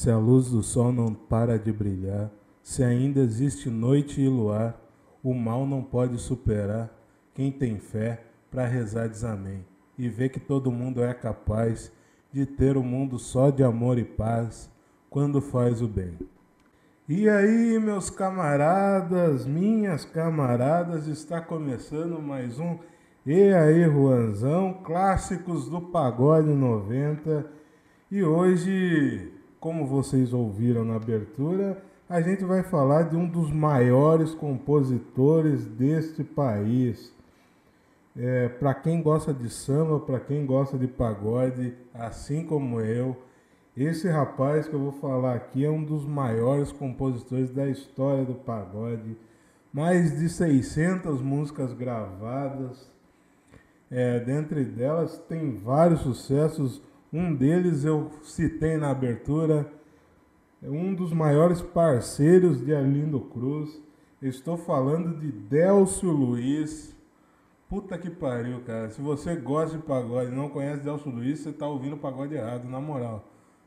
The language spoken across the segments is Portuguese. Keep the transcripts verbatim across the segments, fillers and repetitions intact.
Se a luz do sol não para de brilhar, se ainda existe noite e luar, o mal não pode superar quem tem fé para rezar diz amém e vê que todo mundo é capaz de ter o um mundo só de amor e paz quando faz o bem. E aí, meus camaradas, minhas camaradas, está começando mais um E aí, Juanzão, clássicos do Pagode noventa. E hoje, como vocês ouviram na abertura, a gente vai falar de um dos maiores compositores deste país. É, para quem gosta de samba, para quem gosta de pagode, assim como eu, esse rapaz que eu vou falar aqui é um dos maiores compositores da história do pagode. Mais de seiscentas músicas gravadas. É, dentre delas tem vários sucessos. Um deles eu citei na abertura. É um dos maiores parceiros de Arlindo Cruz. Eu estou falando de Delcio Luiz. Puta que pariu, cara. Se você gosta de pagode e não conhece Delcio Luiz, você está ouvindo o pagode errado, na moral.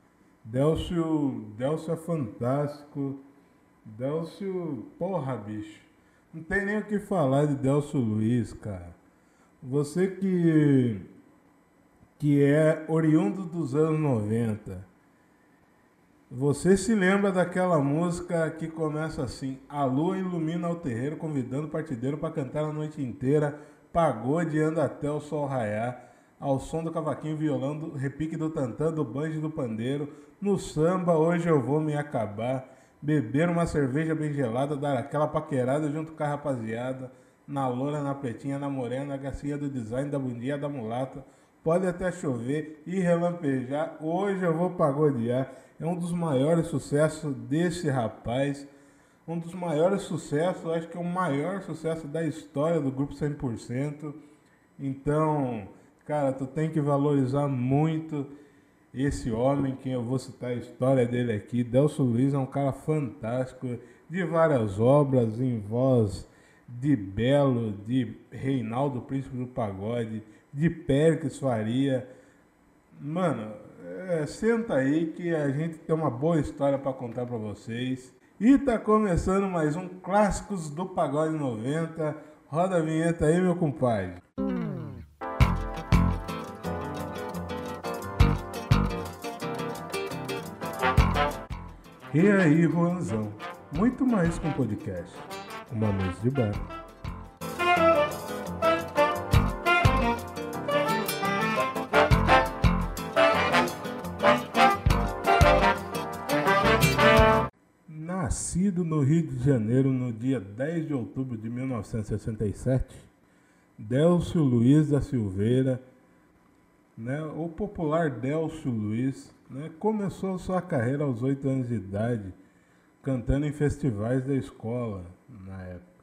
Delcio, Delcio é fantástico. Delcio, porra, bicho. Não tem nem o que falar de Delcio Luiz, cara. Você que, que é oriundo dos anos noventa, você se lembra daquela música que começa assim: a lua ilumina o terreiro, convidando o partideiro para cantar a noite inteira, pagode anda até o sol raiar, ao som do cavaquinho, violão, do repique do tantã, do banjo e do pandeiro, no samba hoje eu vou me acabar, beber uma cerveja bem gelada, dar aquela paquerada junto com a rapaziada, na loura, na pretinha, na morena, na gracinha do design, da bundinha, da mulata, pode até chover e relampejar, hoje eu vou pagodear. É um dos maiores sucessos desse rapaz, um dos maiores sucessos, acho que é o maior sucesso da história do grupo cem por cento. Então, cara, tu tem que valorizar muito esse homem, que eu vou citar a história dele aqui. Delcio Luiz é um cara fantástico, de várias obras, em voz de Belo, de Reinaldo Príncipe do Pagode, de Péricles Faria. Mano, é, senta aí que a gente tem uma boa história para contar para vocês. E tá começando mais um Clássicos do Pagode noventa. Roda a vinheta aí, meu compadre. E aí, Juanzão, muito mais que um podcast, uma mesa de bar. Nascido no Rio de Janeiro no dia dez de outubro de mil novecentos e sessenta e sete, Delcio Luiz da Silveira, né, o popular Delcio Luiz, né, começou sua carreira aos oito anos de idade, cantando em festivais da escola na época.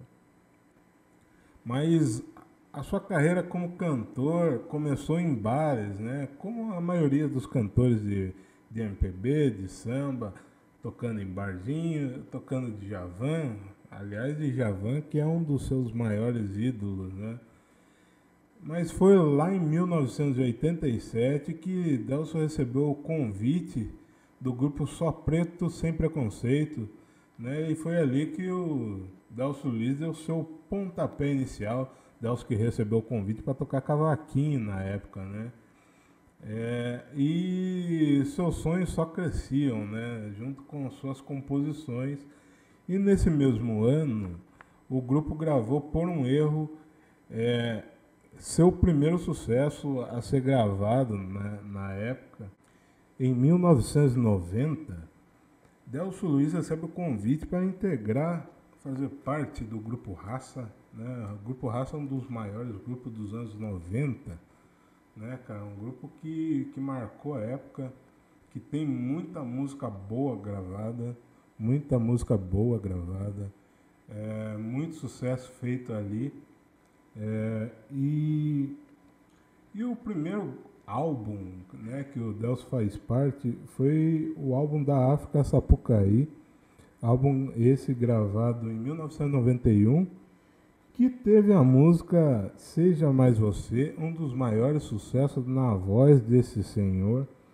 Mas a sua carreira como cantor começou em bares, né, como a maioria dos cantores de, de M P B, de samba, tocando em barzinho, tocando de Djavan, aliás, Djavan que é um dos seus maiores ídolos, né? Mas foi lá em mil novecentos e oitenta e sete que Delcio recebeu o convite do grupo Só Preto Sem Preconceito, né? E foi ali que o Delcio Luiz deu o seu pontapé inicial. Delcio que recebeu o convite para tocar cavaquinho na época, né? É, e seus sonhos só cresciam, né? Junto com suas composições. E nesse mesmo ano, o grupo gravou Por um Erro, é, seu primeiro sucesso a ser gravado, né, na época. Em mil novecentos e noventa, Delcio Luiz recebe o convite para integrar, fazer parte do Grupo Raça, né? O Grupo Raça é um dos maiores grupos dos anos noventa, né, cara? Um grupo que, que marcou a época, que tem muita música boa gravada, muita música boa gravada, é, muito sucesso feito ali. É, e, e o primeiro álbum, né, que o Delcio faz parte foi o álbum da África Sapucaí, álbum esse gravado em mil novecentos e noventa e um, que teve a música Seja Mais Você, um dos maiores sucessos na voz desse senhor,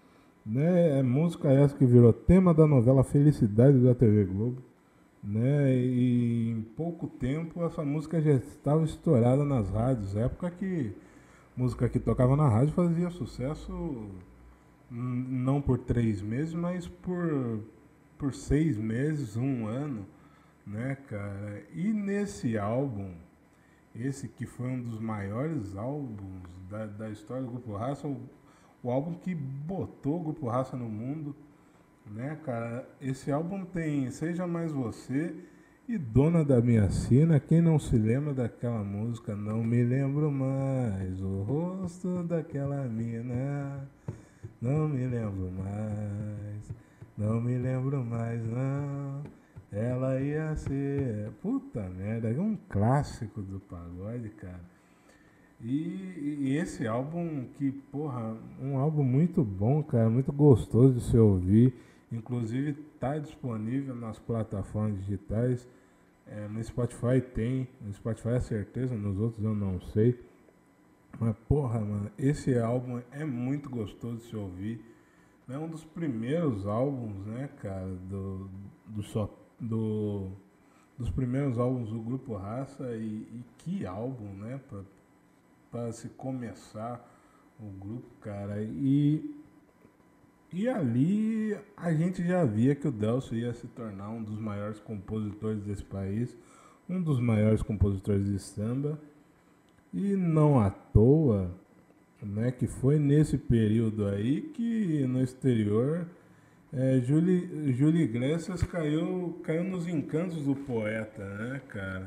Né? É música essa que virou tema da novela Felicidade da T V Globo. Né? E em pouco tempo essa música já estava estourada nas rádios. Época que música que tocava na rádio fazia sucesso n- não por três meses, mas por, por seis meses, um ano, né, cara? E nesse álbum, esse que foi um dos maiores álbuns da, da história do Grupo Raça, o, o álbum que botou o Grupo Raça no mundo, né, cara? Esse álbum tem Seja Mais Você e Dona da Minha Sina. Quem não se lembra daquela música? Não me lembro mais o rosto daquela mina. Não me lembro mais. Não me lembro mais, não. Ela ia ser. Puta merda, é um clássico do pagode, cara. E, e esse álbum que, porra, um álbum muito bom, cara, muito gostoso de se ouvir. Inclusive tá disponível nas plataformas digitais. É, no Spotify tem, no Spotify é certeza, nos outros eu não sei. Mas porra, mano, esse álbum é muito gostoso de se ouvir. É um dos primeiros álbuns, né, cara, do, do só do dos primeiros álbuns do Grupo Raça e, e que álbum, né, pra, pra se começar o grupo, cara. E, e ali a gente já via que o Delcio ia se tornar um dos maiores compositores desse país, um dos maiores compositores de samba, e não à toa, né, que foi nesse período aí que no exterior é, Julie, Julie Iglesias caiu, caiu nos encantos do poeta, né, cara?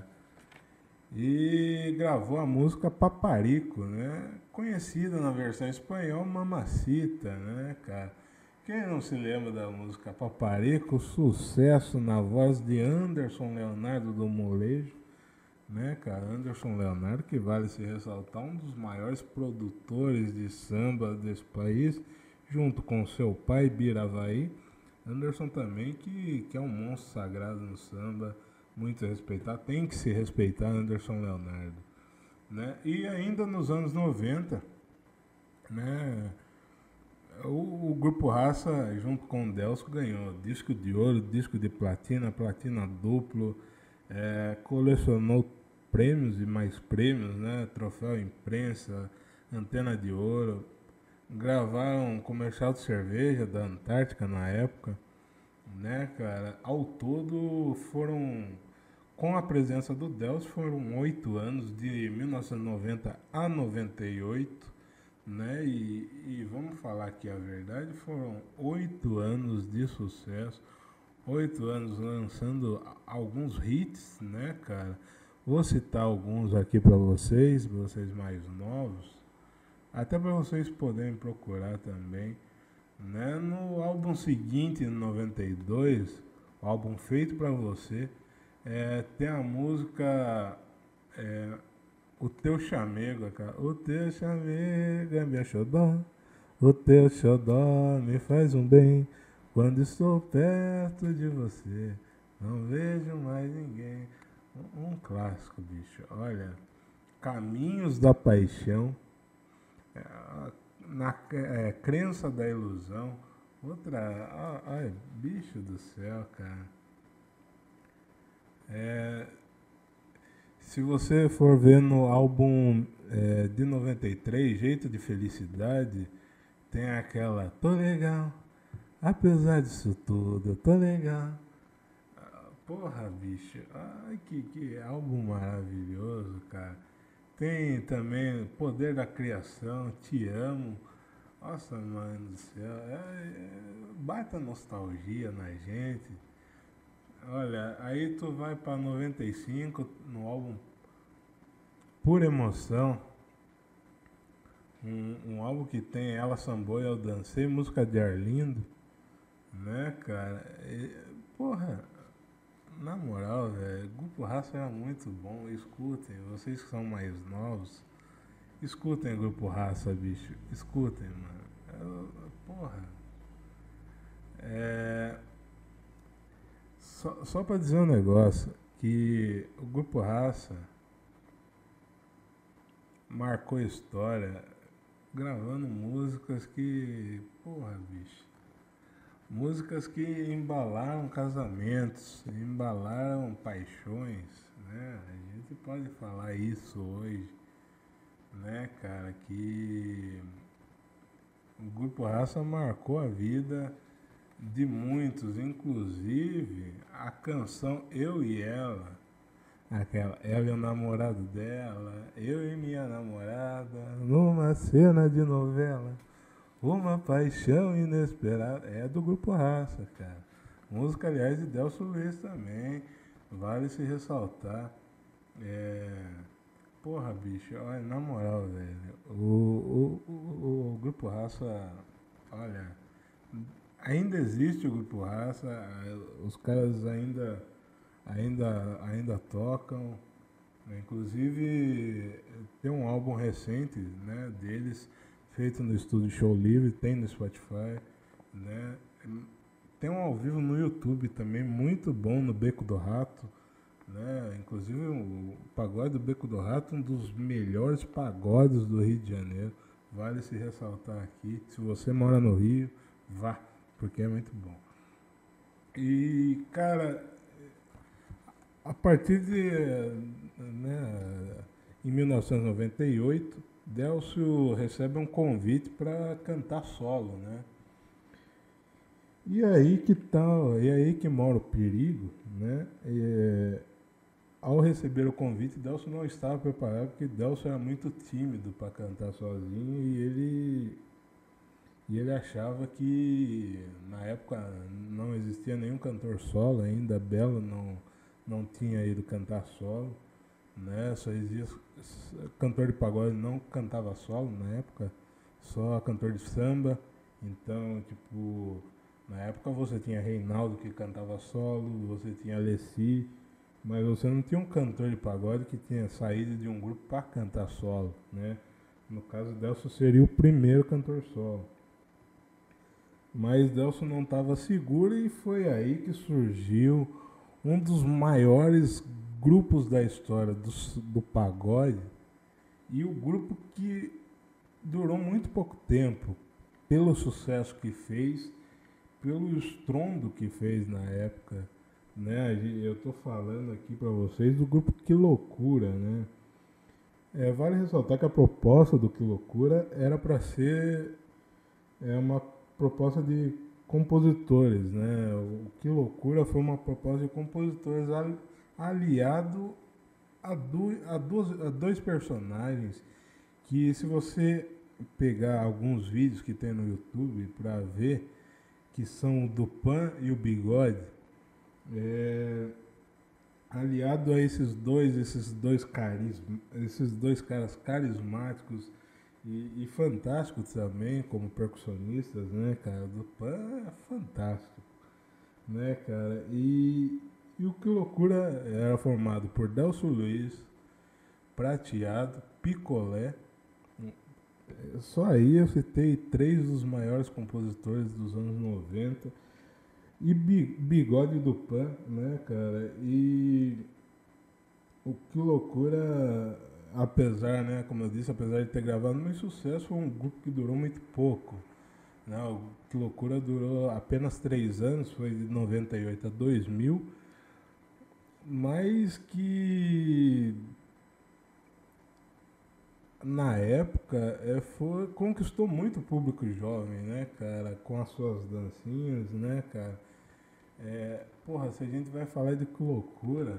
E gravou a música Paparico, né? Conhecida na versão espanhol Mamacita, né, cara? Quem não se lembra da música Paparico? Sucesso na voz de Anderson Leonardo do Molejo, né, cara? Anderson Leonardo, que vale se ressaltar, um dos maiores produtores de samba desse país, junto com seu pai Biravaí. Anderson também, que, que é um monstro sagrado no samba, muito respeitado, tem que se respeitar Anderson Leonardo, né? E ainda nos anos noventa, né, o, o Grupo Raça, junto com o Delso, ganhou disco de ouro, disco de platina, platina duplo, é, colecionou prêmios e mais prêmios, né? Troféu imprensa, antena de ouro, gravaram um comercial de cerveja da Antártica na época, né, cara? Ao todo foram, com a presença do Delcio, foram oito anos, de mil novecentos e noventa a noventa e oito, né? E, e vamos falar aqui a verdade, foram oito anos de sucesso, oito anos lançando alguns hits, né, cara? Vou citar alguns aqui para vocês, pra vocês mais novos, até para vocês poderem procurar também, né? No álbum seguinte, em noventa e dois, o álbum Feito Pra Você, é, tem a música é, O Teu Chamego, cara. O teu chamego é minha xodó, o teu xodó me faz um bem. Quando estou perto de você, não vejo mais ninguém. Um, um clássico, bicho. Olha, Caminhos da Paixão, é, na é, Crença da Ilusão. Outra. Ah, ai, bicho do céu, cara. É, se você for ver no álbum é, de noventa e três, Jeito de Felicidade, tem aquela Tô legal, apesar disso tudo, eu tô legal. Ah, porra, bicho. Ai, que, que álbum maravilhoso, cara. Tem também Poder da Criação, Te Amo. Nossa, mano do céu. É, é, bata nostalgia na gente. Olha, aí tu vai pra noventa e cinco no álbum Pura Emoção, um, um álbum que tem Ela Sambou e Eu Dancei, música de Arlindo, né, cara? E, porra, na moral, velho, Grupo Raça era muito bom, escutem, vocês que são mais novos, escutem Grupo Raça, bicho, escutem, mano. Eu, porra, é. Só, só pra dizer um negócio, que o Grupo Raça marcou história gravando músicas que, porra, bicho. músicas que embalaram casamentos, embalaram paixões, né? A gente pode falar isso hoje, né, cara? Que o Grupo Raça marcou a vida de muitos, inclusive a canção Eu e Ela, aquela ela e o namorado dela, eu e minha namorada, numa cena de novela, uma paixão inesperada, é do Grupo Raça, cara. Música, aliás, de Delcio Luiz também, vale se ressaltar. É... Porra, bicho, olha, na moral, velho, o, o, o, o Grupo Raça, olha, ainda existe o Grupo Raça, os caras ainda, ainda, ainda tocam, né? Inclusive tem um álbum recente, né, deles, feito no estúdio Show Livre, tem no Spotify, né? Tem um ao vivo no YouTube também, muito bom, no Beco do Rato, né? Inclusive o pagode do Beco do Rato, um dos melhores pagodes do Rio de Janeiro. Vale se ressaltar aqui. Se você mora no Rio, vá, porque é muito bom. E, cara, a partir de, né, em mil novecentos e noventa e oito, Delcio recebe um convite para cantar solo, né? E aí que tal, e aí que mora o perigo, né? E, ao receber o convite, Delcio não estava preparado, porque Delcio era muito tímido para cantar sozinho e ele e ele achava que na época não existia nenhum cantor solo ainda, Belo não não tinha ido cantar solo, né? Só existia cantor de pagode, não cantava solo na época, só cantor de samba. Então, tipo, na época você tinha Reinaldo que cantava solo, você tinha Alessi, mas você não tinha um cantor de pagode que tinha saído de um grupo para cantar solo, né? No caso, Delcio seria o primeiro cantor solo. Mas Delcio não estava seguro e foi aí que surgiu um dos maiores grupos da história do, do pagode e o grupo que durou muito pouco tempo, pelo sucesso que fez, pelo estrondo que fez na época, né? Eu estou falando aqui para vocês do grupo Que Loucura, né? É, vale ressaltar que a proposta do Que Loucura era para ser é, uma proposta de compositores, né? O Que Loucura foi uma proposta de compositores aliado a, do, a, duas, a dois personagens que, se você pegar alguns vídeos que tem no YouTube para ver, que são o Dupan e o Bigode, é, aliado a esses dois, esses dois carisma, esses dois caras carismáticos e, e fantásticos também, como percussionistas, né, cara? O Dupan é fantástico, né, cara? E, e o Que Loucura era formado por Delcio Luiz, Prateado, Picolé. Só aí eu citei três dos maiores compositores dos anos noventa. E Bigode do Pan, né, cara? E o Que Loucura, apesar, né, como eu disse, apesar de ter gravado muito sucesso, foi um grupo que durou muito pouco. Né? O Que Loucura durou apenas três anos, foi de noventa e oito a dois mil, mas que na época é, foi, conquistou muito o público jovem, né, cara? Com as suas dancinhas, né, cara? É, porra, se a gente vai falar de Que Loucura,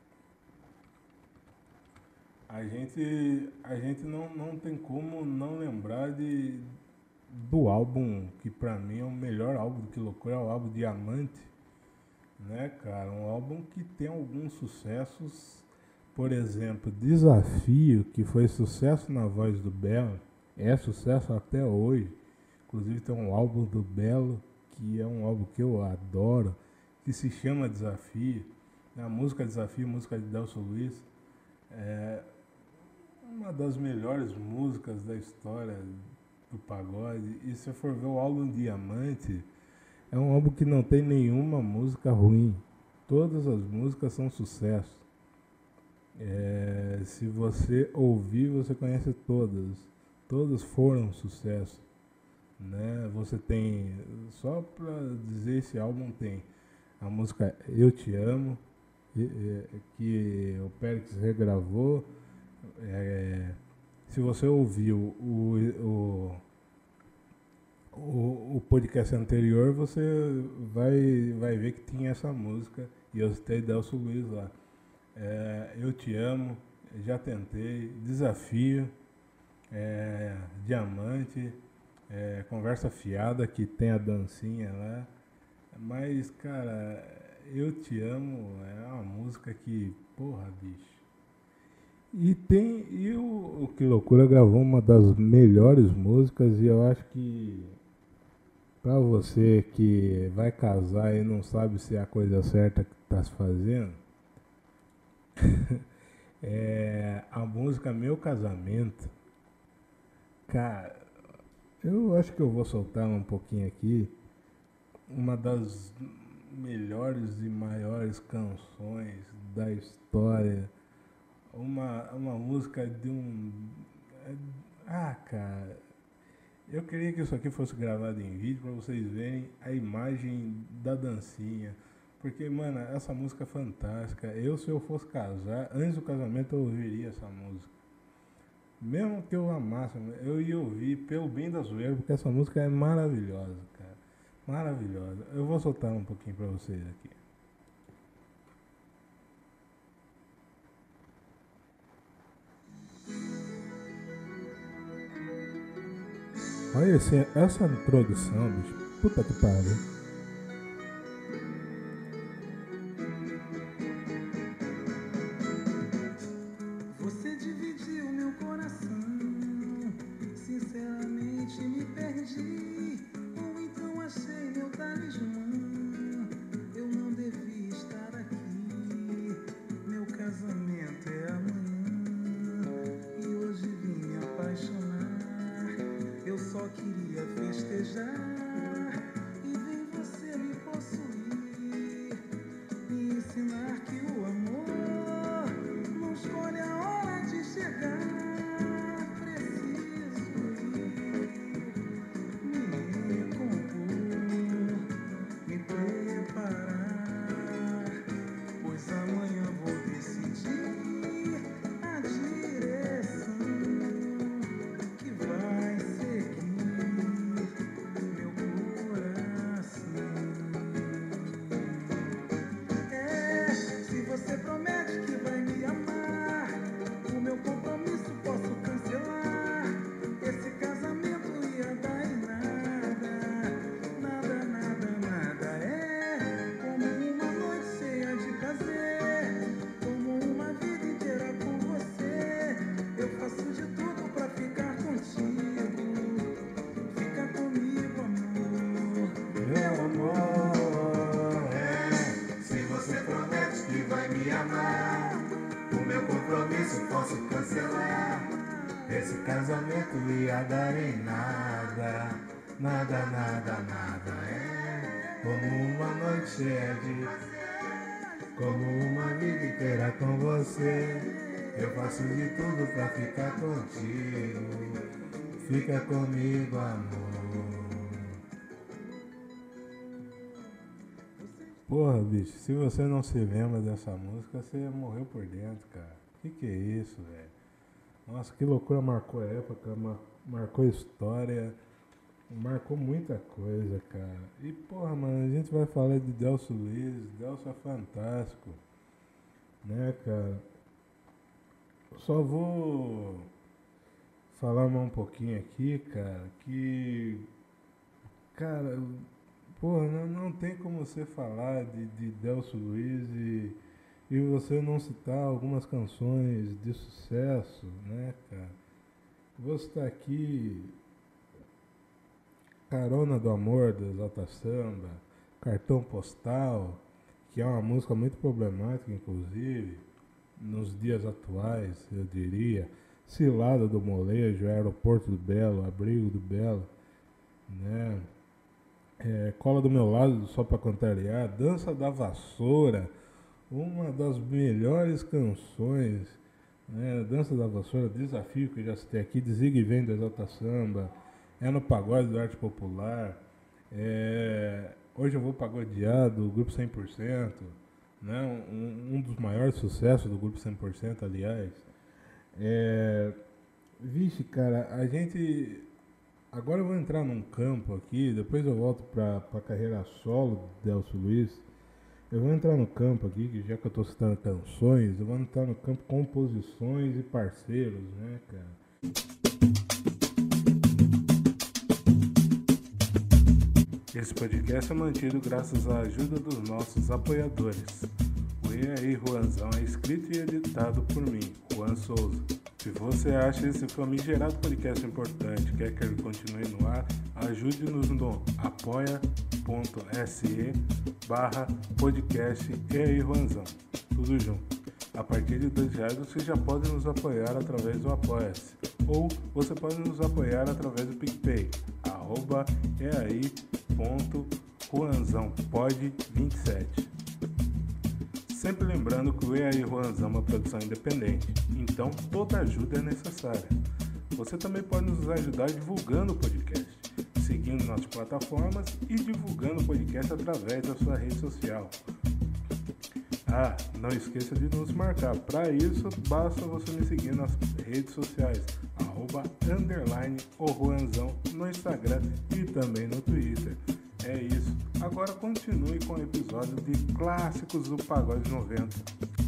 a gente, a gente não, não tem como não lembrar de, do álbum que pra mim é o melhor álbum do Que Loucura, é o álbum Diamante, né, cara? Um álbum que tem alguns sucessos, por exemplo, Desafio, que foi sucesso na voz do Belo, é sucesso até hoje. Inclusive tem um álbum do Belo, que é um álbum que eu adoro, que se chama Desafio. A música Desafio, música de Delcio Luiz, é uma das melhores músicas da história do pagode. E se for ver o álbum Diamante, é um álbum que não tem nenhuma música ruim. Todas as músicas são sucesso. É, se você ouvir, você conhece todas. Todas foram sucesso. né? Você tem, só pra dizer, esse álbum tem a música Eu Te Amo, e- e- que o Périx regravou. É, se você ouviu o, o, o, o podcast anterior, você vai, vai ver que tinha essa música e eu citei Delcio Luiz lá. É, Eu Te Amo, Já Tentei, Desafio, é, Diamante, é, Conversa Fiada, que tem a dancinha lá. Mas, cara, Eu Te Amo é uma música que, porra, bicho. E tem. E o, o Que Loucura gravou uma das melhores músicas e eu acho que pra você que vai casar e não sabe se é a coisa certa que tá se fazendo, é a música Meu Casamento. Cara, eu acho que eu vou soltar um pouquinho aqui. Uma das melhores e maiores canções da história. Uma, uma música de um. Ah, cara. Eu queria que isso aqui fosse gravado em vídeo pra vocês verem a imagem da dancinha. Porque, mano, essa música é fantástica. Eu, se eu fosse casar, antes do casamento eu ouviria essa música. Mesmo que eu amasse, eu ia ouvir pelo bem da zoeira, porque essa música é maravilhosa, cara. Maravilhosa. Eu vou soltar um pouquinho pra vocês aqui. Olha esse, essa introdução, bicho. Puta que pariu. Você dividiu meu coração, sinceramente me perdi, ou então achei meu talismã. Eu não devia estar aqui, meu casamento é amanhã, e hoje vim me apaixonar. Eu só queria festejar, e vem você me possuir, me ensinar que o amor não escolhe a hora de chegar. Preciso ir, me compor, me preparar, pois amanhã vou decidir a direção que vai seguir meu coração. É, se você promete que vai me amar, o meu compromisso posso cancelar. Esse casamento ia dar em nada, nada, nada, nada. É como uma noite cheia de prazer, como uma vida inteira com você. Eu faço de tudo pra ficar contigo. Fica comigo, amor. Meu amor, é. Se você promete que vai me amar, o meu compromisso posso cancelar. Esse casamento ia dar em nada, nada, nada, nada. É como uma noite cheia de, como uma vida inteira com você. Eu faço de tudo pra ficar contigo. Fica comigo, amor. Porra, bicho, se você não se lembra dessa música, você morreu por dentro, cara. Que que é isso, velho? Nossa, Que Loucura marcou a época, mar- marcou a história, marcou muita coisa, cara. E, porra, mano, a gente vai falar de Delcio Luiz. Delcio é fantástico, né, cara? Só vou falar mais um pouquinho aqui, cara, que, cara, porra, não, não tem como você falar de, de Delcio Luiz e, e você não citar algumas canções de sucesso, né, cara? Vou citar aqui Carona do Amor, do Exalta Samba, Cartão Postal, que é uma música muito problemática, inclusive, nos dias atuais, eu diria. Cilada do Molejo, Aeroporto do Belo, Abrigo do Belo, né? É, Cola do Meu Lado, só pra contrariar, Dança da Vassoura, uma das melhores canções, né? Dança da Vassoura, Desafio, que eu já citei aqui, Desliga e Vem do Exalta Samba, é no pagode do arte popular, é, hoje eu vou pagodear do grupo cem por cento, né? um, um dos maiores sucessos do grupo cem por cento, aliás. É, vixe, cara, a gente... Agora eu vou entrar num campo aqui, depois eu volto para a carreira solo do Delcio Luiz. Eu vou entrar no campo aqui, que já que eu estou citando canções, eu vou entrar no campo composições e parceiros, né, cara? Esse podcast é mantido graças à ajuda dos nossos apoiadores. O E aí, Juanzão é escrito e editado por mim, Juan Souza. Se você acha esse famigerado podcast importante e quer que ele continue no ar, ajude-nos no apoia.se barra podcast E aí, Juanzão. Tudo junto. A partir de dois reais você já pode nos apoiar através do Apoia-se. Ou você pode nos apoiar através do PicPay, arroba eai.juanzãopod vinte e sete. Sempre lembrando que o E aí Juanzão é uma produção independente, então toda ajuda é necessária. Você também pode nos ajudar divulgando o podcast, seguindo nossas plataformas e divulgando o podcast através da sua rede social. Ah, não esqueça de nos marcar. Para isso, basta você me seguir nas redes sociais, arroba underline o Juanzão no Instagram e também no Twitter. É isso. Agora continue com o episódio de Clássicos do Pagode noventa.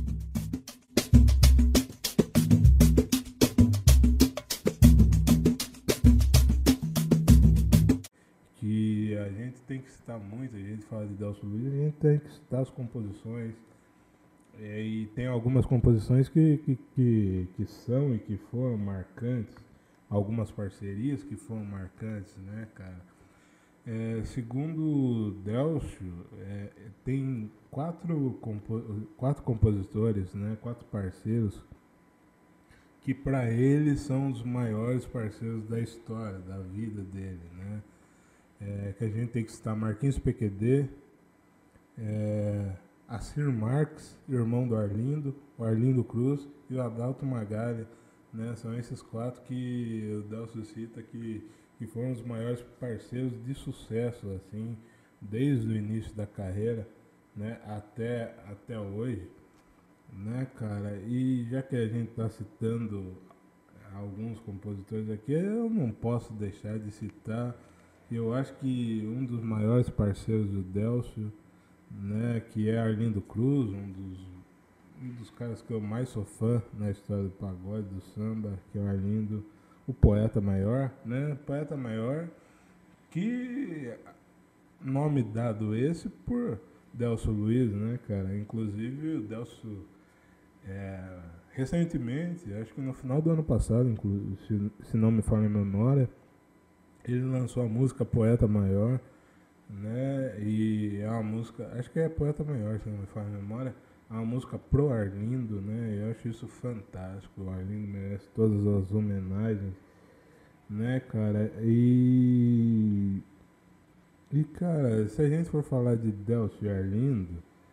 Que a gente tem que citar muito, a gente fala de Delcio Luiz, a gente tem que citar as composições. É, e tem algumas composições que, que, que, que são e que foram marcantes, algumas parcerias que foram marcantes, né, cara? É, segundo Delcio, é, tem quatro, compo quatro compositores, né, quatro parceiros, que para ele são os maiores parceiros da história, da vida dele, né? É, que a gente tem que citar Marquinhos P Q D, é, Assir Marques, irmão do Arlindo, o Arlindo Cruz e o Adalto Magalha, né? São esses quatro que o Delcio cita que, que foram os maiores parceiros de sucesso, assim, desde o início da carreira, né? até, até hoje, né, cara? E já que a gente está citando alguns compositores aqui, eu não posso deixar de citar, eu acho que um dos maiores parceiros do Delcio, né, que é Arlindo Cruz, um dos, um dos caras que eu mais sou fã na história do pagode, do samba, que é o Arlindo, o poeta maior, né, poeta maior, que nome dado esse por Delcio Luiz, né, cara, inclusive o Delcio, é, recentemente, acho que no final do ano passado, se, se não me falha a memória, ele lançou a música Poeta Maior, né, e é uma música, acho que é Poeta Maior, se não me falha a memória, é uma música pro Arlindo, né, e eu acho isso fantástico, o Arlindo merece todas as homenagens, né, cara, e, e cara, se a gente for falar de Delcio e Arlindo,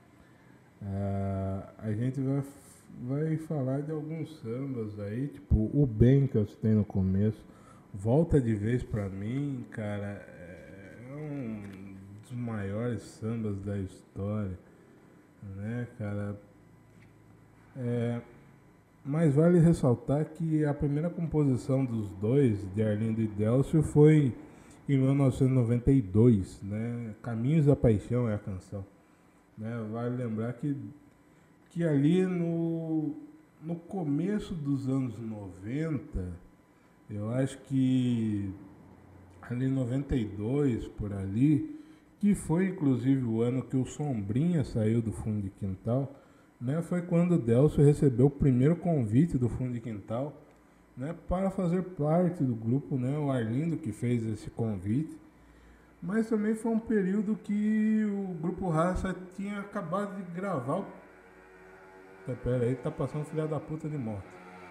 uh, a gente vai, vai falar de alguns sambas aí, tipo, o Bem, que eu citei no começo, Volta de Vez pra mim, cara, é um dos maiores sambas da história, né, cara? É, mas vale ressaltar que a primeira composição dos dois, de Arlindo e Delcio, foi em mil novecentos e noventa e dois, né? Caminhos da Paixão é a canção, né? Vale lembrar que, que ali no, no começo dos anos noventa, eu acho que ali em noventa e dois, por ali, que foi inclusive o ano que o Sombrinha saiu do Fundo de Quintal, né, foi quando o Delcio recebeu o primeiro convite do Fundo de Quintal, né, para fazer parte do grupo, né, o Arlindo que fez esse convite, mas também foi um período que o Grupo Raça tinha acabado de gravar o... Pera aí que tá passando filha da puta de moto.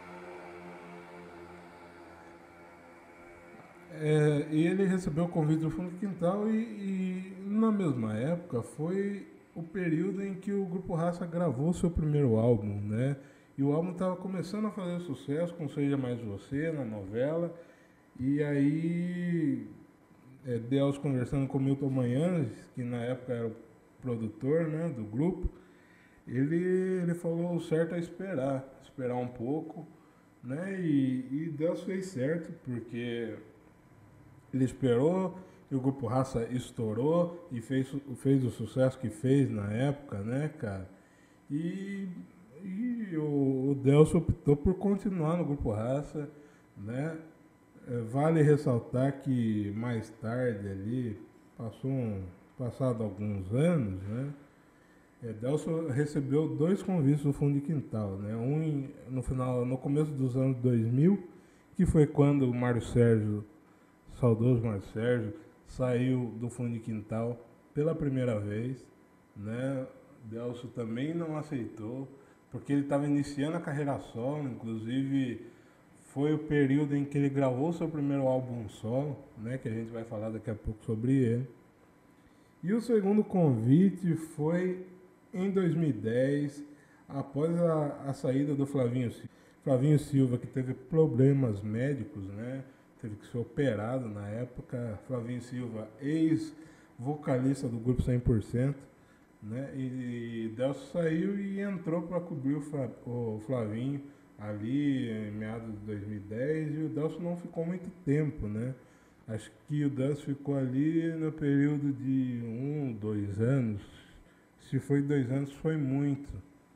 É, e ele recebeu o convite do Fundo de Quintal e, e na mesma época foi o período em que o Grupo Raça gravou seu primeiro álbum, né? E o álbum estava começando a fazer sucesso com Seja Mais Você, na novela. E aí, é, Deus conversando com o Milton Manhães, que na época era o produtor, né, do grupo, ele, ele falou o certo é esperar, esperar um pouco, né, e, e Deus fez certo, porque ele esperou e o grupo Raça estourou e fez, fez o sucesso que fez na época, né, cara? E, e o, o Delcio optou por continuar no grupo Raça, né? É, vale ressaltar que mais tarde ali, passou um, passado alguns anos, né? É, Delcio recebeu dois convites do Fundo de Quintal, né? Um em, no final, no começo dos anos dois mil, que foi quando o Mário Sérgio, saudoso Mário Sérgio, saiu do Fundo de Quintal pela primeira vez, né? Delcio também não aceitou, porque ele estava iniciando a carreira solo, inclusive foi o período em que ele gravou seu primeiro álbum solo, né? Que a gente vai falar daqui a pouco sobre ele. E o segundo convite foi em dois mil e dez, após a, a saída do Flavinho Silva. Flavinho Silva, que teve problemas médicos, né? Teve que ser operado na época. Flavinho Silva, ex-vocalista do grupo cem por cento, né? E, e Delcio saiu e entrou para cobrir o, Fla, o Flavinho ali em meados de dois mil e dez, e o Delcio não ficou muito tempo, né? Acho que o Delcio ficou ali no período de um, dois anos. Se foi dois anos, foi muito.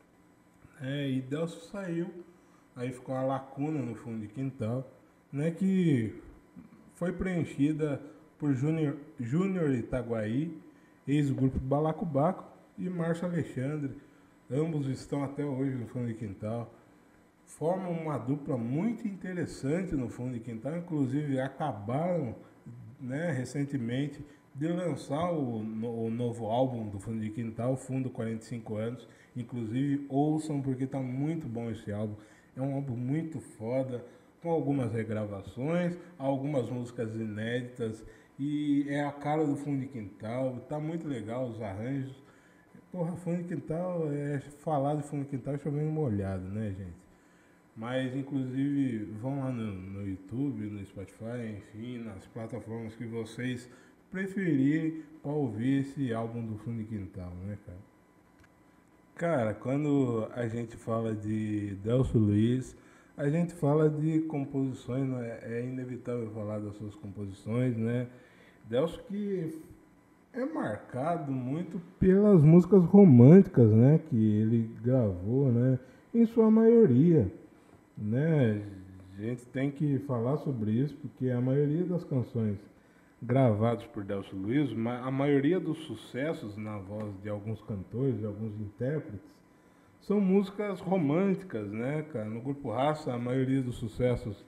É, e Delcio saiu, aí ficou uma lacuna no Fundo de Quintal, né, que foi preenchida por Júnior, Júnior Itaguaí, ex-grupo Balacobaco, e Márcio Alexandre. Ambos estão até hoje no Fundo de Quintal. Formam uma dupla muito interessante no Fundo de Quintal, inclusive acabaram, né, recentemente de lançar o, no, o novo álbum do Fundo de Quintal, Fundo quarenta e cinco anos. Inclusive ouçam, porque está muito bom esse álbum. É um álbum muito foda, com algumas regravações, algumas músicas inéditas, e é a cara do Fundo de Quintal. Tá muito legal os arranjos. Porra, Fundo de Quintal, é falar de Fundo de Quintal chovendo molhado, né, gente? Mas, inclusive, vão lá no, no YouTube, no Spotify, enfim, nas plataformas que vocês preferirem para ouvir esse álbum do Fundo de Quintal, né, cara? Cara, quando a gente fala de Delcio Luiz, a gente fala de composições, né? É inevitável falar das suas composições, né? Delcio que é marcado muito pelas músicas românticas, né, que ele gravou, né, em sua maioria. Né? A gente tem que falar sobre isso, porque a maioria das canções gravadas por Delcio Luiz, a maioria dos sucessos na voz de alguns cantores, de alguns intérpretes, são músicas românticas, né, cara? No Grupo Raça, a maioria dos sucessos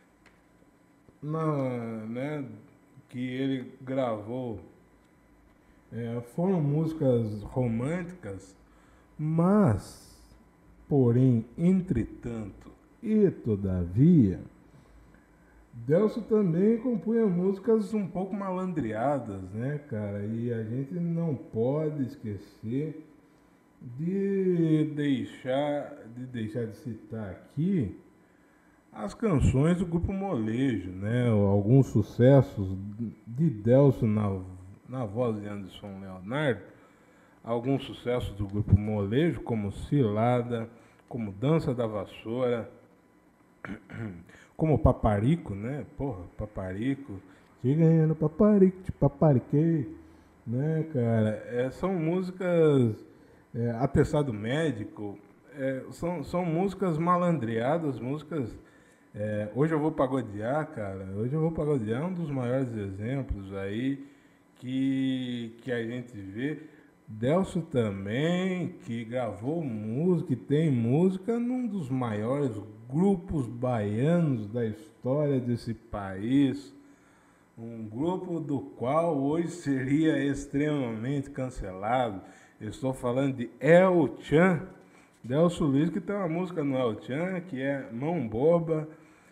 na, né, que ele gravou é, foram músicas românticas, mas, porém, entretanto, e todavia, Delcio também compunha músicas um pouco malandreadas, né, cara? E a gente não pode esquecer de deixar de, deixar de citar aqui as canções do Grupo Molejo, né? Alguns sucessos de Delcio na, na voz de Anderson Leonardo, alguns sucessos do Grupo Molejo, como Cilada, como Dança da Vassoura, como Paparico, né? Porra, Paparico. Te ganhando Paparico, te papariquei. Né, cara? É, são músicas. É, Atestado Médico. É, são, são músicas malandreadas, músicas. É, hoje eu vou pagodear, cara. Hoje eu vou pagodear, um dos maiores exemplos aí que, que a gente vê. Delcio também, que gravou música, e tem música num dos maiores grupos baianos da história desse país, um grupo do qual hoje seria extremamente cancelado. Eu estou falando de El Chan, Delcio Luiz, que tem uma música no El Chan, que é Mão Boba,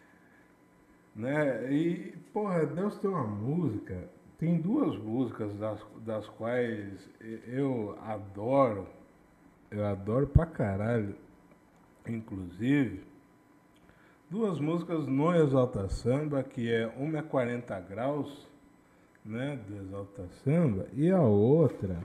né? E, porra, Delcio tem uma música, tem duas músicas das, das quais eu adoro, eu adoro pra caralho, inclusive. duas músicas no Exalta Samba, que é uma é quarenta graus, né, do Exalta Samba, e a outra,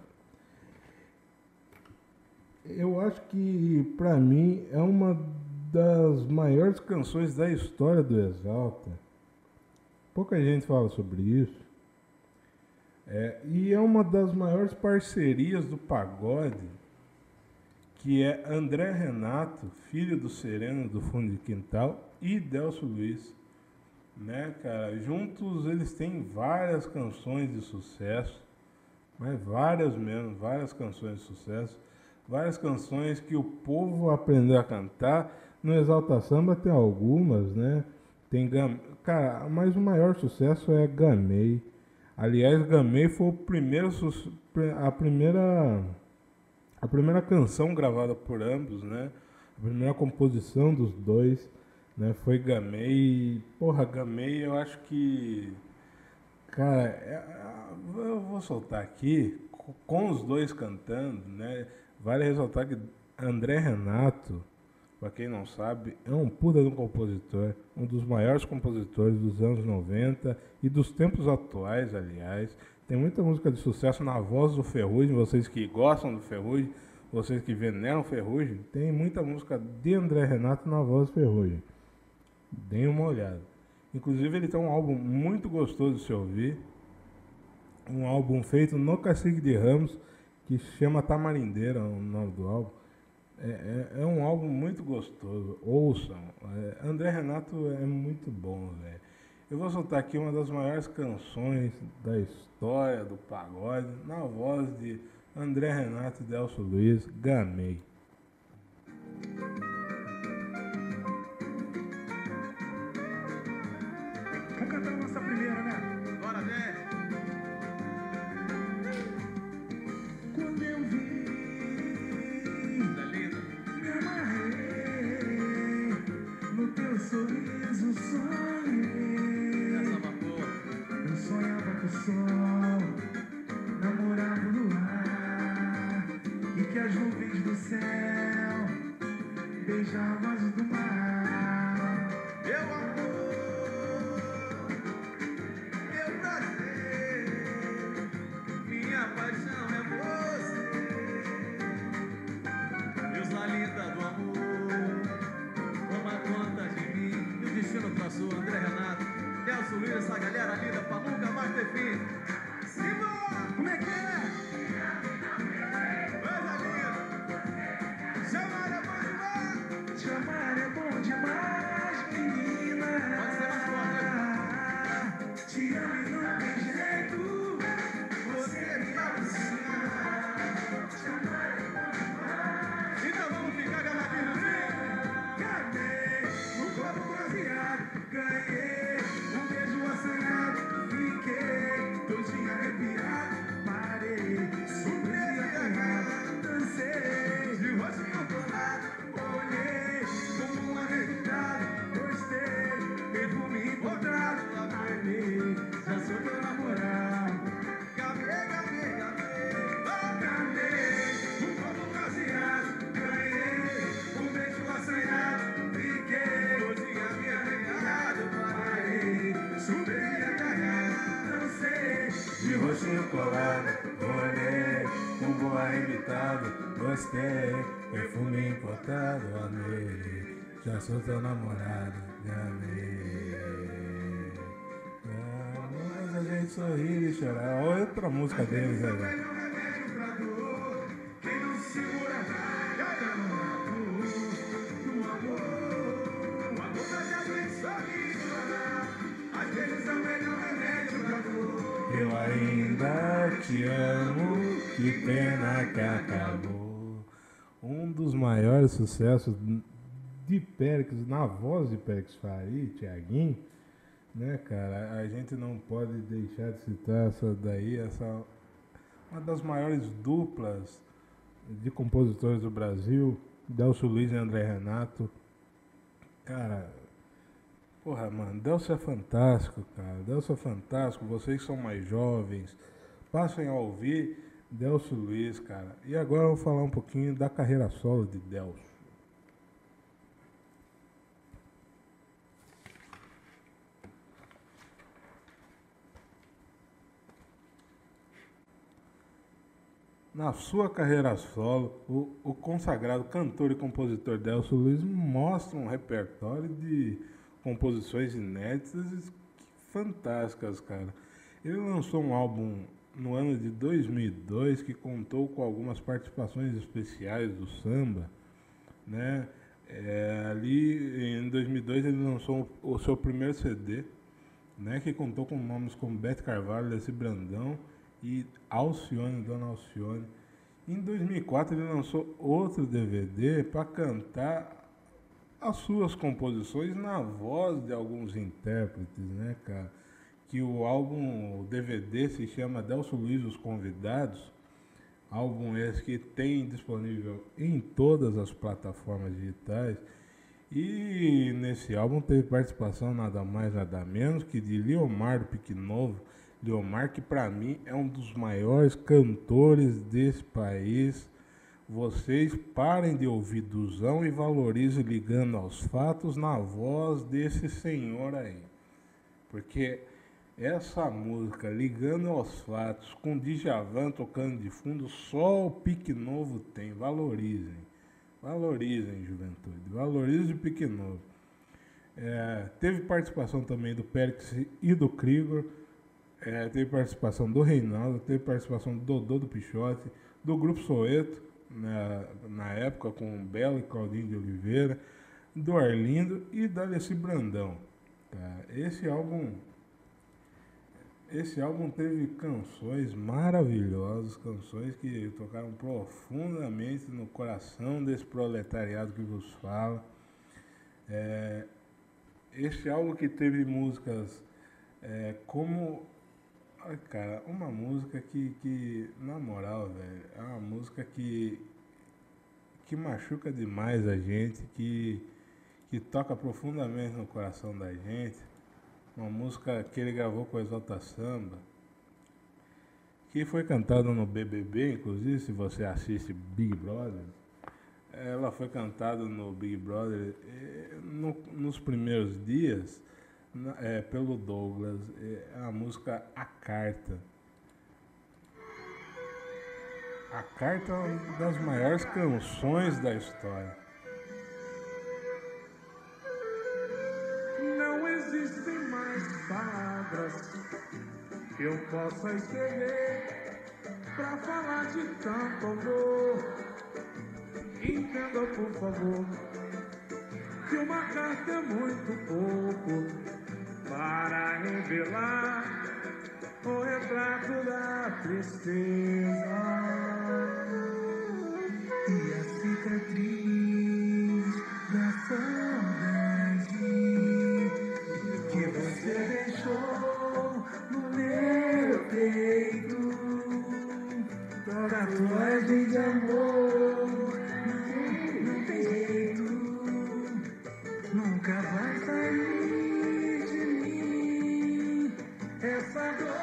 eu acho que pra mim é uma das maiores canções da história do Exalta. Pouca gente fala sobre isso. É, e é uma das maiores parcerias do pagode, que é André Renato, filho do Sereno do Fundo de Quintal, e Delcio Luiz, né, cara? Juntos eles têm várias canções de sucesso, mas várias mesmo, várias canções de sucesso, várias canções que o povo aprendeu a cantar. No Exalta Samba tem algumas, né? Tem Gam... Cara, mas o maior sucesso é Gamei. Aliás, Gamei foi o primeiro su... a primeira a primeira canção gravada por ambos, né? A primeira composição dos dois, né? Foi Gamei. Porra, Gamei, eu acho que, cara, é... eu vou soltar aqui com os dois cantando, né? Vale ressaltar que André Renato, para quem não sabe, é um puta de um compositor, um dos maiores compositores dos anos noventa e dos tempos atuais, aliás. Tem muita música de sucesso na voz do Ferrugem, vocês que gostam do Ferrugem, vocês que veneram o Ferrugem, tem muita música de André Renato na voz do Ferrugem. Deem uma olhada. Inclusive ele tem um álbum muito gostoso de se ouvir, um álbum feito no Cacique de Ramos, que se chama Tamarindeira, o nome do álbum. É, é, é um álbum muito gostoso, ouçam. É, André Renato é muito bom, velho. Eu vou soltar aqui uma das maiores canções da história do pagode, na voz de André Renato e Delcio Luiz, Gamei. Vamos cantar a nossa primeira, né? Bora, né? Quando eu vi, Tá lindo? me amarrei no teu sorriso, sonhei. Essa vapor. Eu sonhava com o sol, namorava no ar, e que as nuvens do céu beijavam as do mar. Meu amor, meu prazer, minha paixão é você. Deusa linda do amor, toma conta de mim. E o destino traçou André Renato, Delcio Luiz, essa galera linda pra nunca mais ter fim. Simbora! Como é que é? Coisa linda! Chamar é bom demais! Te amar é bom demais, menina. Pode ser mais forte, Te amo e não tem jeito. Você me alucina. Te amar é bom demais. Então vamos ficar gamadinhos, Ganhei no copo bronzeado, ganhei um beijo assanhado, fiquei todinho arrepiado, parei, subi acanhado, dancei, de rostinho tornado. olhei como um arrebitado, gostei, perfume importado, amei, já sou teu namorado. Gamei, gamei, gamei. Ganhei um copo bronzeado, ganhei um beijo assanhado, fiquei Todinha me arrepiado, parei, subi acanhado, dancei, De rostinho colado, olhei, um bom arrebitado, gostei, perfume importado, amei, já sou teu namorado, amei. Mas a gente sorrir e chorar, olha outra música deles, é o velho. melhor remédio pra dor. Quem não se segura vai, cai no amor, no amor. O amor faz a gente sorrir e chorar. Às vezes é o melhor remédio pra dor. Eu ainda te amo, que pena que acabou. Um dos maiores sucessos de Péricles, na voz de Péricles Faria, Thiaguinho, né, cara? A gente não pode deixar de citar essa daí, essa uma das maiores duplas de compositores do Brasil, Delcio Luiz e André Renato. Cara, porra, mano, Delcio é fantástico, cara. Delcio é fantástico. Vocês que são mais jovens, passem a ouvir Delcio Luiz, cara. E agora eu vou falar um pouquinho da carreira solo de Delcio. Na sua carreira solo, o, o consagrado cantor e compositor Delcio Luiz mostra um repertório de composições inéditas e fantásticas, cara. Ele lançou um álbum no ano de dois mil e dois que contou com algumas participações especiais do samba, né? É, ali em dois mil e dois ele lançou o seu primeiro C D, né, que contou com nomes como Bete Carvalho, Leci Brandão e Alcione, Dona Alcione. Em dois mil e quatro ele lançou outro D V D para cantar as suas composições na voz de alguns intérpretes, né, cara? Que o álbum, o D V D se chama Delcio Luiz Os Convidados, álbum esse que tem disponível em todas as plataformas digitais. E nesse álbum teve participação nada mais nada menos que de Liomar do Pique Novo. Liomar, que para mim é um dos maiores cantores desse país. Vocês parem de ouvir Duzão e valorizem Ligando aos Fatos na voz desse senhor aí. Porque essa música, Ligando aos Fatos, com Djavan tocando de fundo, só o Pique Novo tem. Valorizem. Valorizem, juventude. Valorizem o Pique Novo. É, teve participação também do Périx e do Krigor. É, teve participação do Reinaldo. Teve participação do Dodô do Pichote. Do Grupo Soweto, na, na época, com o Belo e Claudinho de Oliveira. Do Arlindo e da Leci Brandão. Tá? Esse álbum... Esse álbum teve canções maravilhosas, canções que tocaram profundamente no coração desse proletariado que vos fala. É, esse álbum que teve músicas é, como... Ai, cara, uma música que, que na moral, velho, é uma música que, que machuca demais a gente, que, que toca profundamente no coração da gente. Uma música que ele gravou com o Exalta Samba, que foi cantada no B B B, inclusive, se você assiste Big Brother. Ela foi cantada no Big Brother eh, no, nos primeiros dias na, é, pelo Douglas. É a música A Carta. A Carta é uma das maiores canções da história. Não existem mais palavras que eu possa escrever pra falar de tanto amor. Entenda, por favor, que uma carta é muito pouco para revelar o retrato da tristeza e a cicatriz da saudade que você deixou no meu peito. Tatuagem de amor, não, não tem jeito, nunca vai sair de mim essa dor.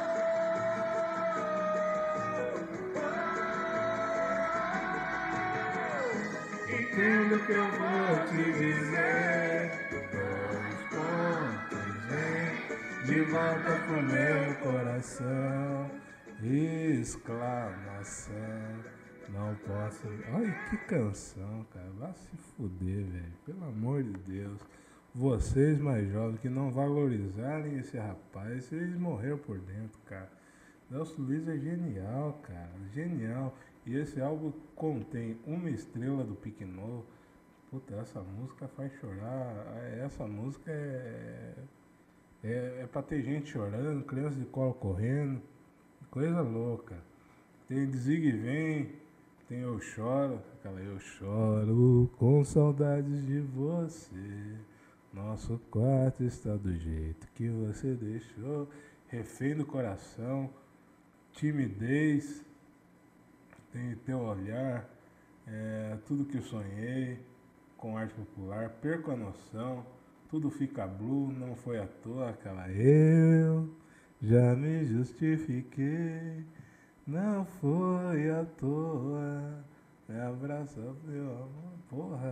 Entendo o que eu vou te dizer. Dois pontos, hein? De volta pro meu coração. Exclamação. Não posso. Olha que canção, cara. Vai se fuder, velho. Pelo amor de Deus. Vocês mais jovens que não valorizarem esse rapaz, vocês morreram por dentro, cara. Delcio Luiz é genial, cara. Genial. E esse álbum contém Uma Estrela do Pique Novo. Puta, essa música faz chorar. Essa música é. É, é pra ter gente chorando, criança de colo correndo. Coisa louca. Tem Desliga e Vem, tem Eu Choro, aquela Eu Choro com saudades de você. Nosso quarto está do jeito que você deixou. Refém do Coração, Timidez, tem Teu Olhar, é, Tudo Que Eu Sonhei, com Arte Popular, Perco a Noção, Tudo Fica Blue, Não Foi à Toa, aquela Eu já me justifiquei, não foi à toa, me abraça, meu amor, porra.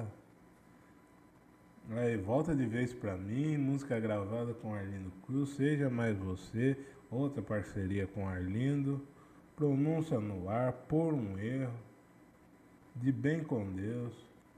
Aí, Volta de Vez Pra Mim, música gravada com Arlindo Cruz, Seja Mais Você, outra parceria com Arlindo, pronúncia no ar, por um erro, de bem com Deus.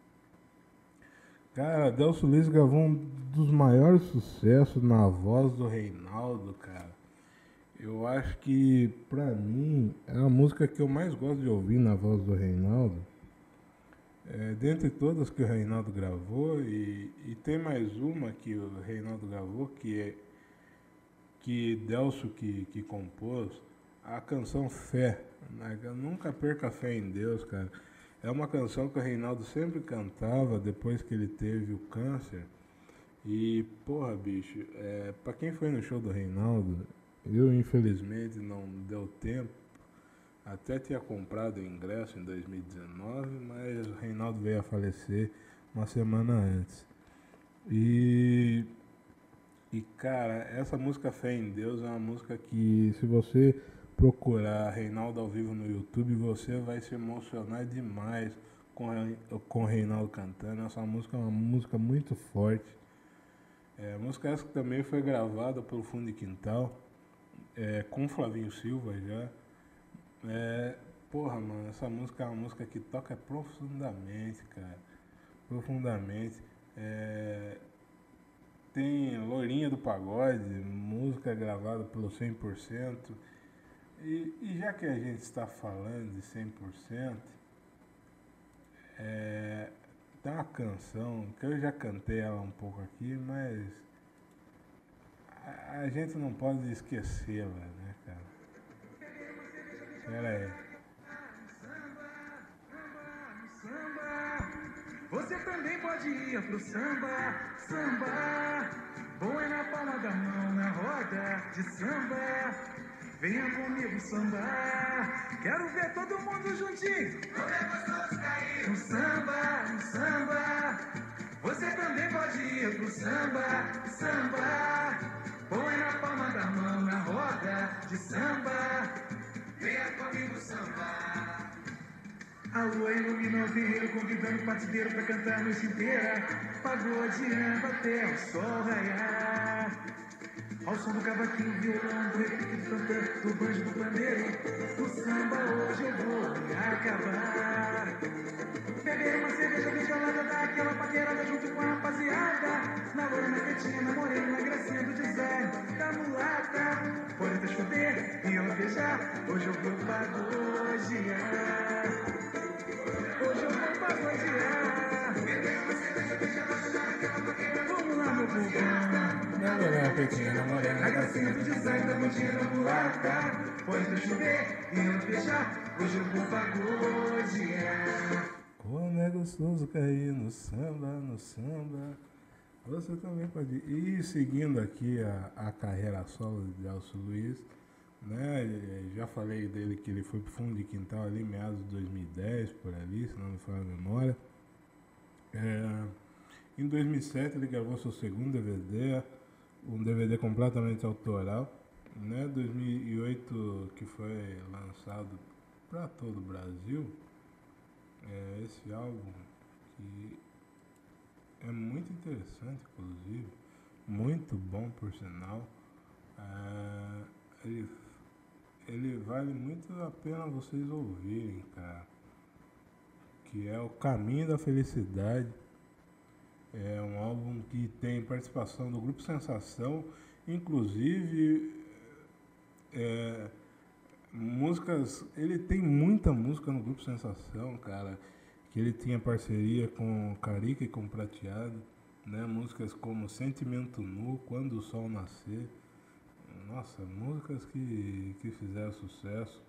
Cara, Delcio Luiz gravou um dos maiores sucessos na voz do Reinaldo, cara. Eu acho que, pra mim, é a música que eu mais gosto de ouvir na voz do Reinaldo. É, dentre todas que o Reinaldo gravou, e, e tem mais uma que o Reinaldo gravou, que é que Delcio que, que compôs, a canção Fé. Né? Nunca perca a fé em Deus, cara. É uma canção que o Reinaldo sempre cantava depois que ele teve o câncer. E, porra, bicho, é, pra quem foi no show do Reinaldo, eu infelizmente não deu tempo. Até tinha comprado o ingresso em dois mil e dezenove, mas o Reinaldo veio a falecer uma semana antes. E, e cara, essa música Fé em Deus é uma música que, se você procurar Reinaldo ao vivo no YouTube, você vai se emocionar demais com, com o Reinaldo cantando. Essa música é uma música muito forte. É, a música essa que também foi gravada pelo Fundo de Quintal, é, com Flavinho Silva já. É, porra, mano, essa música é uma música que toca profundamente, cara. Profundamente. É, tem Lourinha do Pagode, música gravada pelo cem por cento. E, e já que a gente está falando de cem por cento, é, tem uma canção que eu já cantei ela um pouco aqui, mas a, a gente não pode esquecê-la, né, cara? Pera aí. Você também pode ir pro samba, samba. Bom é na palma da mão, na roda de samba. Venha comigo sambar. Quero ver todo mundo juntinho. No samba, no samba. Você também pode ir pro samba, samba. Bom é na palma da mão, na roda de samba. Venha comigo sambar. A lua ilumina o terreiro, convidando o partideiro pra cantar a noite inteira. Pagodeando até o sol raiar. Ao som do cavaquinho, violão, do repique do tantã, do banjo, do pandeiro. No samba hoje eu vou me acabar. Beber uma cerveja bem gelada, dar aquela paquerada junto com a rapaziada. Na loura, na quietinha, na morena, na gracinha do design da mulata. Pode até chover e eu beijar, hoje eu vou pagodear. Hoje eu vou pagodear. Vamos lá, meu bugão. Na morena, pequena, na morena, A gracinha do design da bandinha da mulata. Pode até chover e eu beijar, hoje eu vou pagodear. Como é gostoso cair no samba, no samba. Você também pode ir seguindo aqui a, a carreira solo de Delcio Luiz, né? Já falei dele que ele foi pro Fundo de Quintal ali, meados de dois mil e dez, por ali, se não me falha a memória. É, em dois mil e sete ele gravou seu segundo D V D, um D V D completamente autoral, né? dois mil e oito que foi lançado para todo o Brasil. É, esse álbum que é muito interessante, inclusive, muito bom por sinal. É, ele, ele vale muito a pena vocês ouvirem, cara. Que é O Caminho da Felicidade. É um álbum que tem participação do Grupo Sensação, inclusive é, músicas, ele tem muita música no Grupo Sensação, cara, que ele tinha parceria com Carica e com Prateado, né? Músicas como Sentimento Nu, Quando o Sol Nascer. Nossa, músicas que, que fizeram sucesso.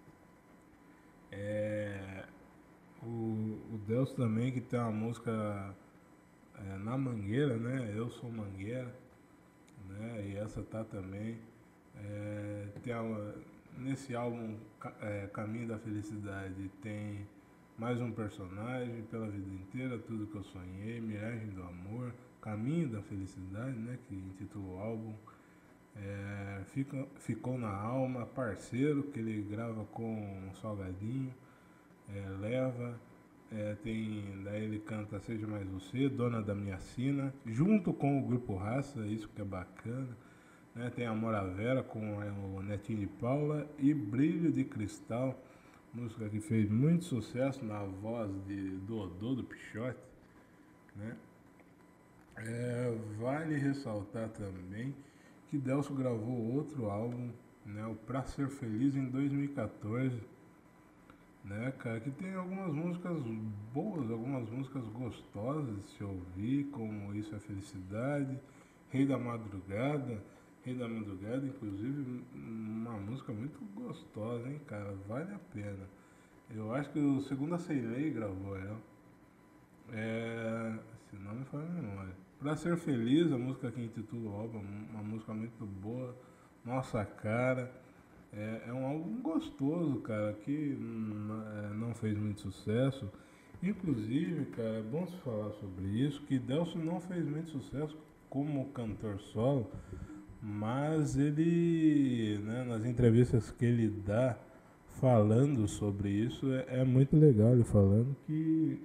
É, o, o Delcio também, que tem uma música é, Na Mangueira, né? Eu Sou Mangueira, né? E essa tá também. É, tem uma, nesse álbum é, Caminho da Felicidade tem Mais um Personagem, Pela Vida Inteira, Tudo Que Eu Sonhei, Miragem do Amor, Caminho da Felicidade, né, que intitula o álbum, é, Fica, Ficou na Alma, Parceiro, que ele grava com Salgadinho, é, Leva, é, tem, daí ele canta Seja Mais Você, Dona da Minha Sina, junto com o Grupo Raça, isso que é bacana, né? Tem Amor à Vera com o Netinho de Paula e Brilho de Cristal, música que fez muito sucesso na voz de Dodô do Pixote, né? É, vale ressaltar também que Delcio gravou outro álbum, né, o Pra Ser Feliz, em dois mil e quatorze, né, cara, que tem algumas músicas boas, algumas músicas gostosas de se ouvir, como Isso é Felicidade, Rei da Madrugada, Rei da Madrugada, inclusive, uma música muito gostosa, hein, cara, vale a pena. Eu acho que o Segunda Ceilei gravou ela. É, se não me falha a memória. Pra Ser Feliz, a música que intitula o álbum, uma música muito boa, nossa cara. É, é um álbum gostoso, cara, que hum, é, não fez muito sucesso. Inclusive, cara, é bom se falar sobre isso, que Delcio não fez muito sucesso como cantor solo, mas ele, né, nas entrevistas que ele dá falando sobre isso, é, é muito legal ele falando que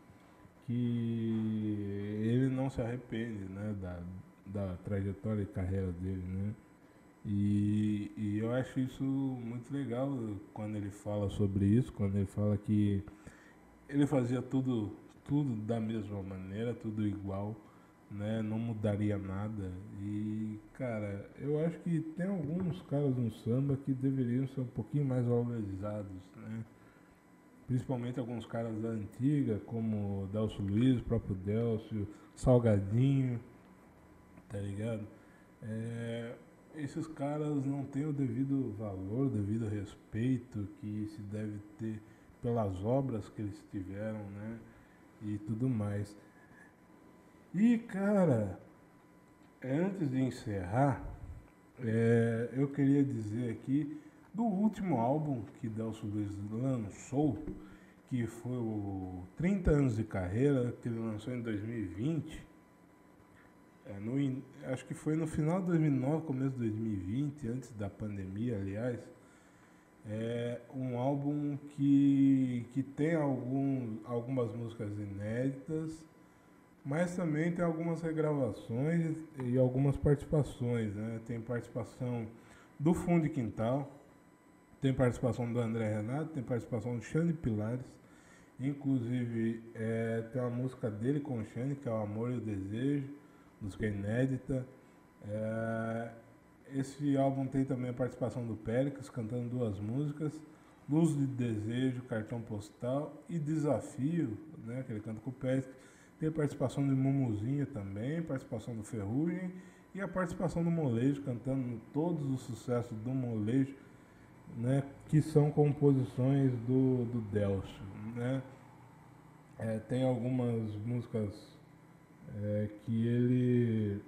que ele não se arrepende, né, da, da trajetória e carreira dele, né? E, e eu acho isso muito legal quando ele fala sobre isso, quando ele fala que ele fazia tudo, tudo da mesma maneira, tudo igual, né? Não mudaria nada. E, cara, eu acho que tem alguns caras no samba que deveriam ser um pouquinho mais valorizados, né? Principalmente alguns caras da antiga, como Delcio Luiz, o próprio Delcio, Salgadinho, tá ligado? É, esses caras não têm o devido valor, o devido respeito que se deve ter pelas obras que eles tiveram, né? E tudo mais. E, cara, antes de encerrar, é, eu queria dizer aqui do último álbum que Delcio Luiz lançou, que foi o trinta anos de carreira, que ele lançou em dois mil e vinte. É, no, acho que foi no final de dois mil e nove, começo de dois mil e vinte, antes da pandemia, aliás. É um álbum que, que tem algum, algumas músicas inéditas, mas também tem algumas regravações e algumas participações, né? Tem participação do Fundo de Quintal, tem participação do André Renato, tem participação do Xande Pilares. Inclusive, é, tem uma música dele com o Xande, que é o Amor e o Desejo, música inédita. É, esse álbum tem também a participação do Péricles, cantando duas músicas, Luz de Desejo, Cartão Postal e Desafio, né, que ele canta com o Péricles. Tem a participação do Mumuzinho também, participação do Ferrugem e a participação do Molejo, cantando todos os sucessos do Molejo, né, que são composições do, do Delcio, né? É, tem algumas músicas é, que ele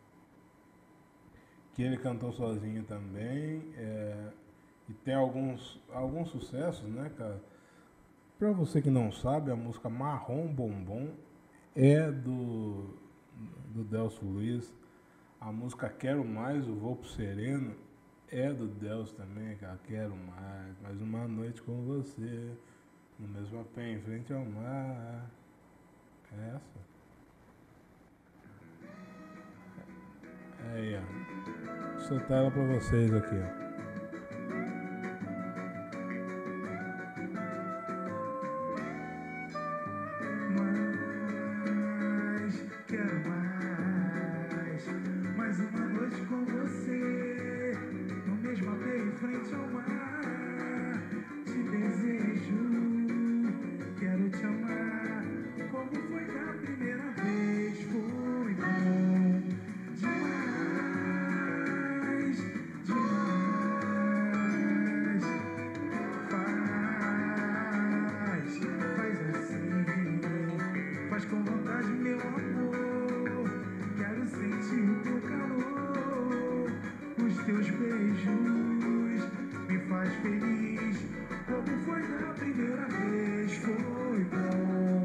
que ele cantou sozinho também, é, e tem alguns alguns sucessos, né, cara? Pra você que não sabe, a música Marrom Bombom é do do Delcio Luiz. A música Quero Mais, o Voo pro Sereno, é do Delcio também, cara. Quero mais, mais uma noite com você, no mesmo pé em frente ao mar. É essa? Aí, ó. Vou soltar ela pra vocês aqui, ó. Mais, quero mais, mais uma noite com você, no mesmo apê em frente ao mar. Te desejo, quero te amar, como foi da primeira vez. Foi bom demais, demais. Faz, faz assim, faz com vontade, meu amor. Quero sentir o teu calor, os teus beijos me faz feliz, como foi da primeira vez. Foi bom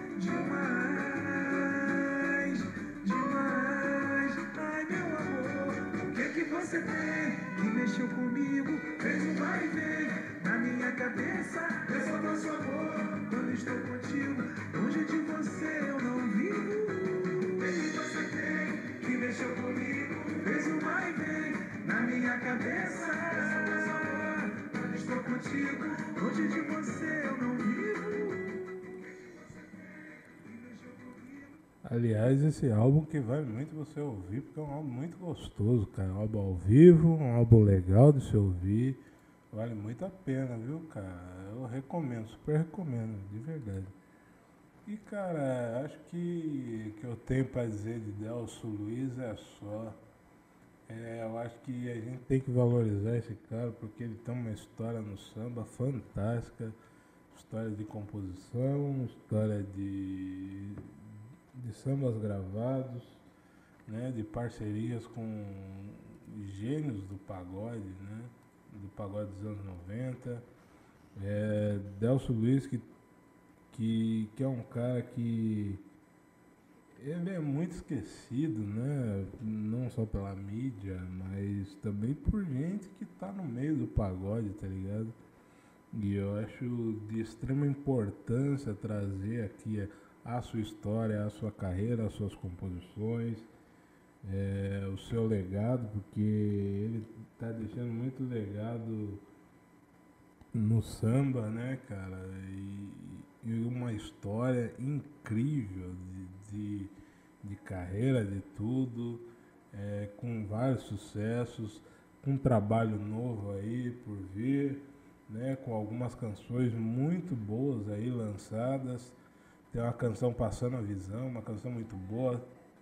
demais, demais. Ai, meu amor, o que que você tem que mexeu comigo? Fez um vai e vem na minha cabeça. Eu só nosso amor quando estou contigo. Longe de você eu não vivo. O que que você tem que mexeu comigo? Fez um vai e vem Aliás, esse álbum que vale muito você ouvir, porque é um álbum muito gostoso, cara. Um álbum ao vivo, um álbum legal de se ouvir. Vale muito a pena, viu, cara? Eu recomendo, super recomendo, de verdade. E, cara, acho que que eu tenho pra dizer de Delcio Luiz é só. É, eu acho que a gente tem que valorizar esse cara, porque ele tem uma história no samba fantástica. História de composição, história de, de sambas gravados, né, de parcerias com gênios do pagode, né, do pagode dos anos noventa. É, Delcio Luiz, que, que, que é um cara que ele é muito esquecido, né, não só pela mídia, mas também por gente que tá no meio do pagode, tá ligado? E eu acho de extrema importância trazer aqui a sua história, a sua carreira, as suas composições, é, o seu legado, porque ele está deixando muito legado no samba, né, cara? E, e uma história incrível de, de, de carreira, de tudo, é, com vários sucessos, com um trabalho novo aí por vir. Né, com algumas canções muito boas aí lançadas. Tem uma canção Passando a Visão, uma canção muito boa.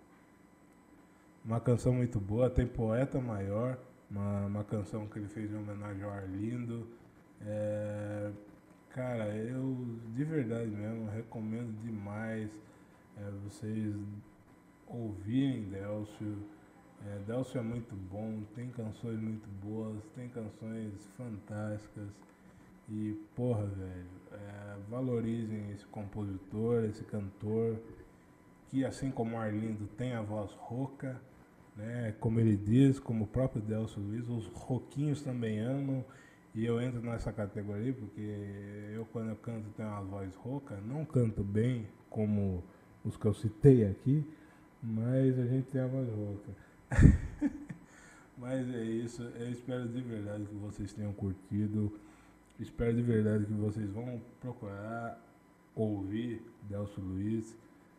Uma canção muito boa, tem Poeta Maior, uma, uma canção que ele fez em homenagem ao Arlindo. É, cara, eu de verdade mesmo recomendo demais é, vocês ouvirem Delcio. É, Delcio é muito bom, tem canções muito boas, tem canções fantásticas. E, porra, velho, é, valorizem esse compositor, esse cantor, que assim como o Arlindo tem a voz rouca, né? Como ele diz, como o próprio Delcio Luiz, os roquinhos também amam, e eu entro nessa categoria porque eu, quando eu canto, tenho uma voz rouca, não canto bem como os que eu citei aqui, mas a gente tem a voz rouca. Mas é isso, eu espero de verdade que vocês tenham curtido. Espero de verdade que vocês vão procurar ouvir Delcio Luiz.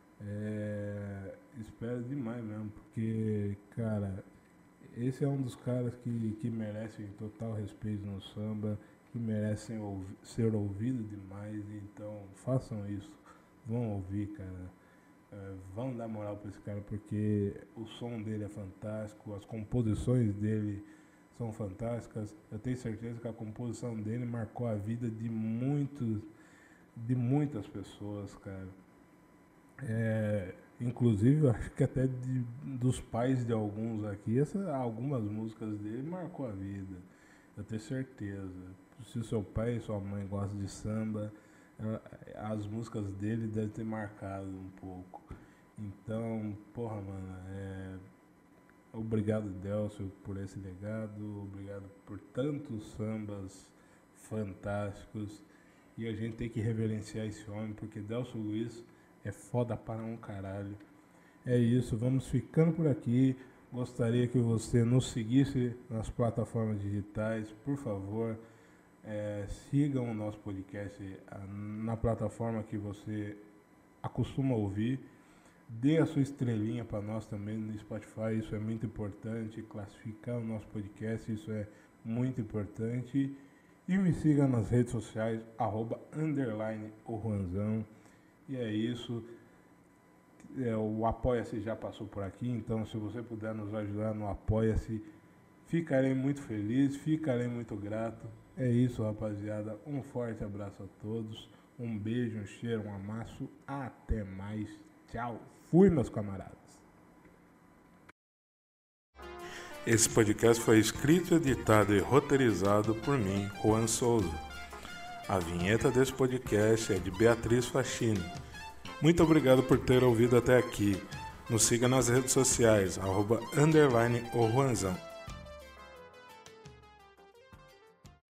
É, espero demais mesmo, porque, cara, esse é um dos caras que, que merecem total respeito no samba, que merecem ouvi, ser ouvido demais. Então, façam isso, vão ouvir, cara. É, vão dar moral pra esse cara, porque o som dele é fantástico, as composições dele são fantásticas. Eu tenho certeza que a composição dele marcou a vida de muitos, de muitas pessoas, cara. É, inclusive, eu acho que até de, dos pais de alguns aqui, essa, algumas músicas dele marcou a vida. Eu tenho certeza. Se o seu pai e sua mãe gostam de samba, as músicas dele devem ter marcado um pouco. Então, porra, mano, é... obrigado, Delcio, por esse legado, obrigado por tantos sambas fantásticos. E a gente tem que reverenciar esse homem, porque Delcio Luiz é foda para um caralho. É isso, vamos ficando por aqui. Gostaria que você nos seguisse nas plataformas digitais, por favor. É, sigam o nosso podcast na plataforma que você acostuma ouvir. Dê a sua estrelinha para nós também no Spotify, isso é muito importante. Classificar o nosso podcast, isso é muito importante. E me siga nas redes sociais, arroba, underline, o Juanzão. E é isso. É, o Apoia-se já passou por aqui, então se você puder nos ajudar no Apoia-se, ficarei muito feliz, ficarei muito grato. É isso, rapaziada. Um forte abraço a todos. Um beijo, um cheiro, um amasso. Até mais. Tchau. Fui, meus camaradas. Esse podcast foi escrito, editado e roteirizado por mim, Juan Souza. A vinheta desse podcast é de Beatriz Fachini. Muito obrigado por ter ouvido até aqui. Nos siga nas redes sociais, arroba, underline, o Juanzão.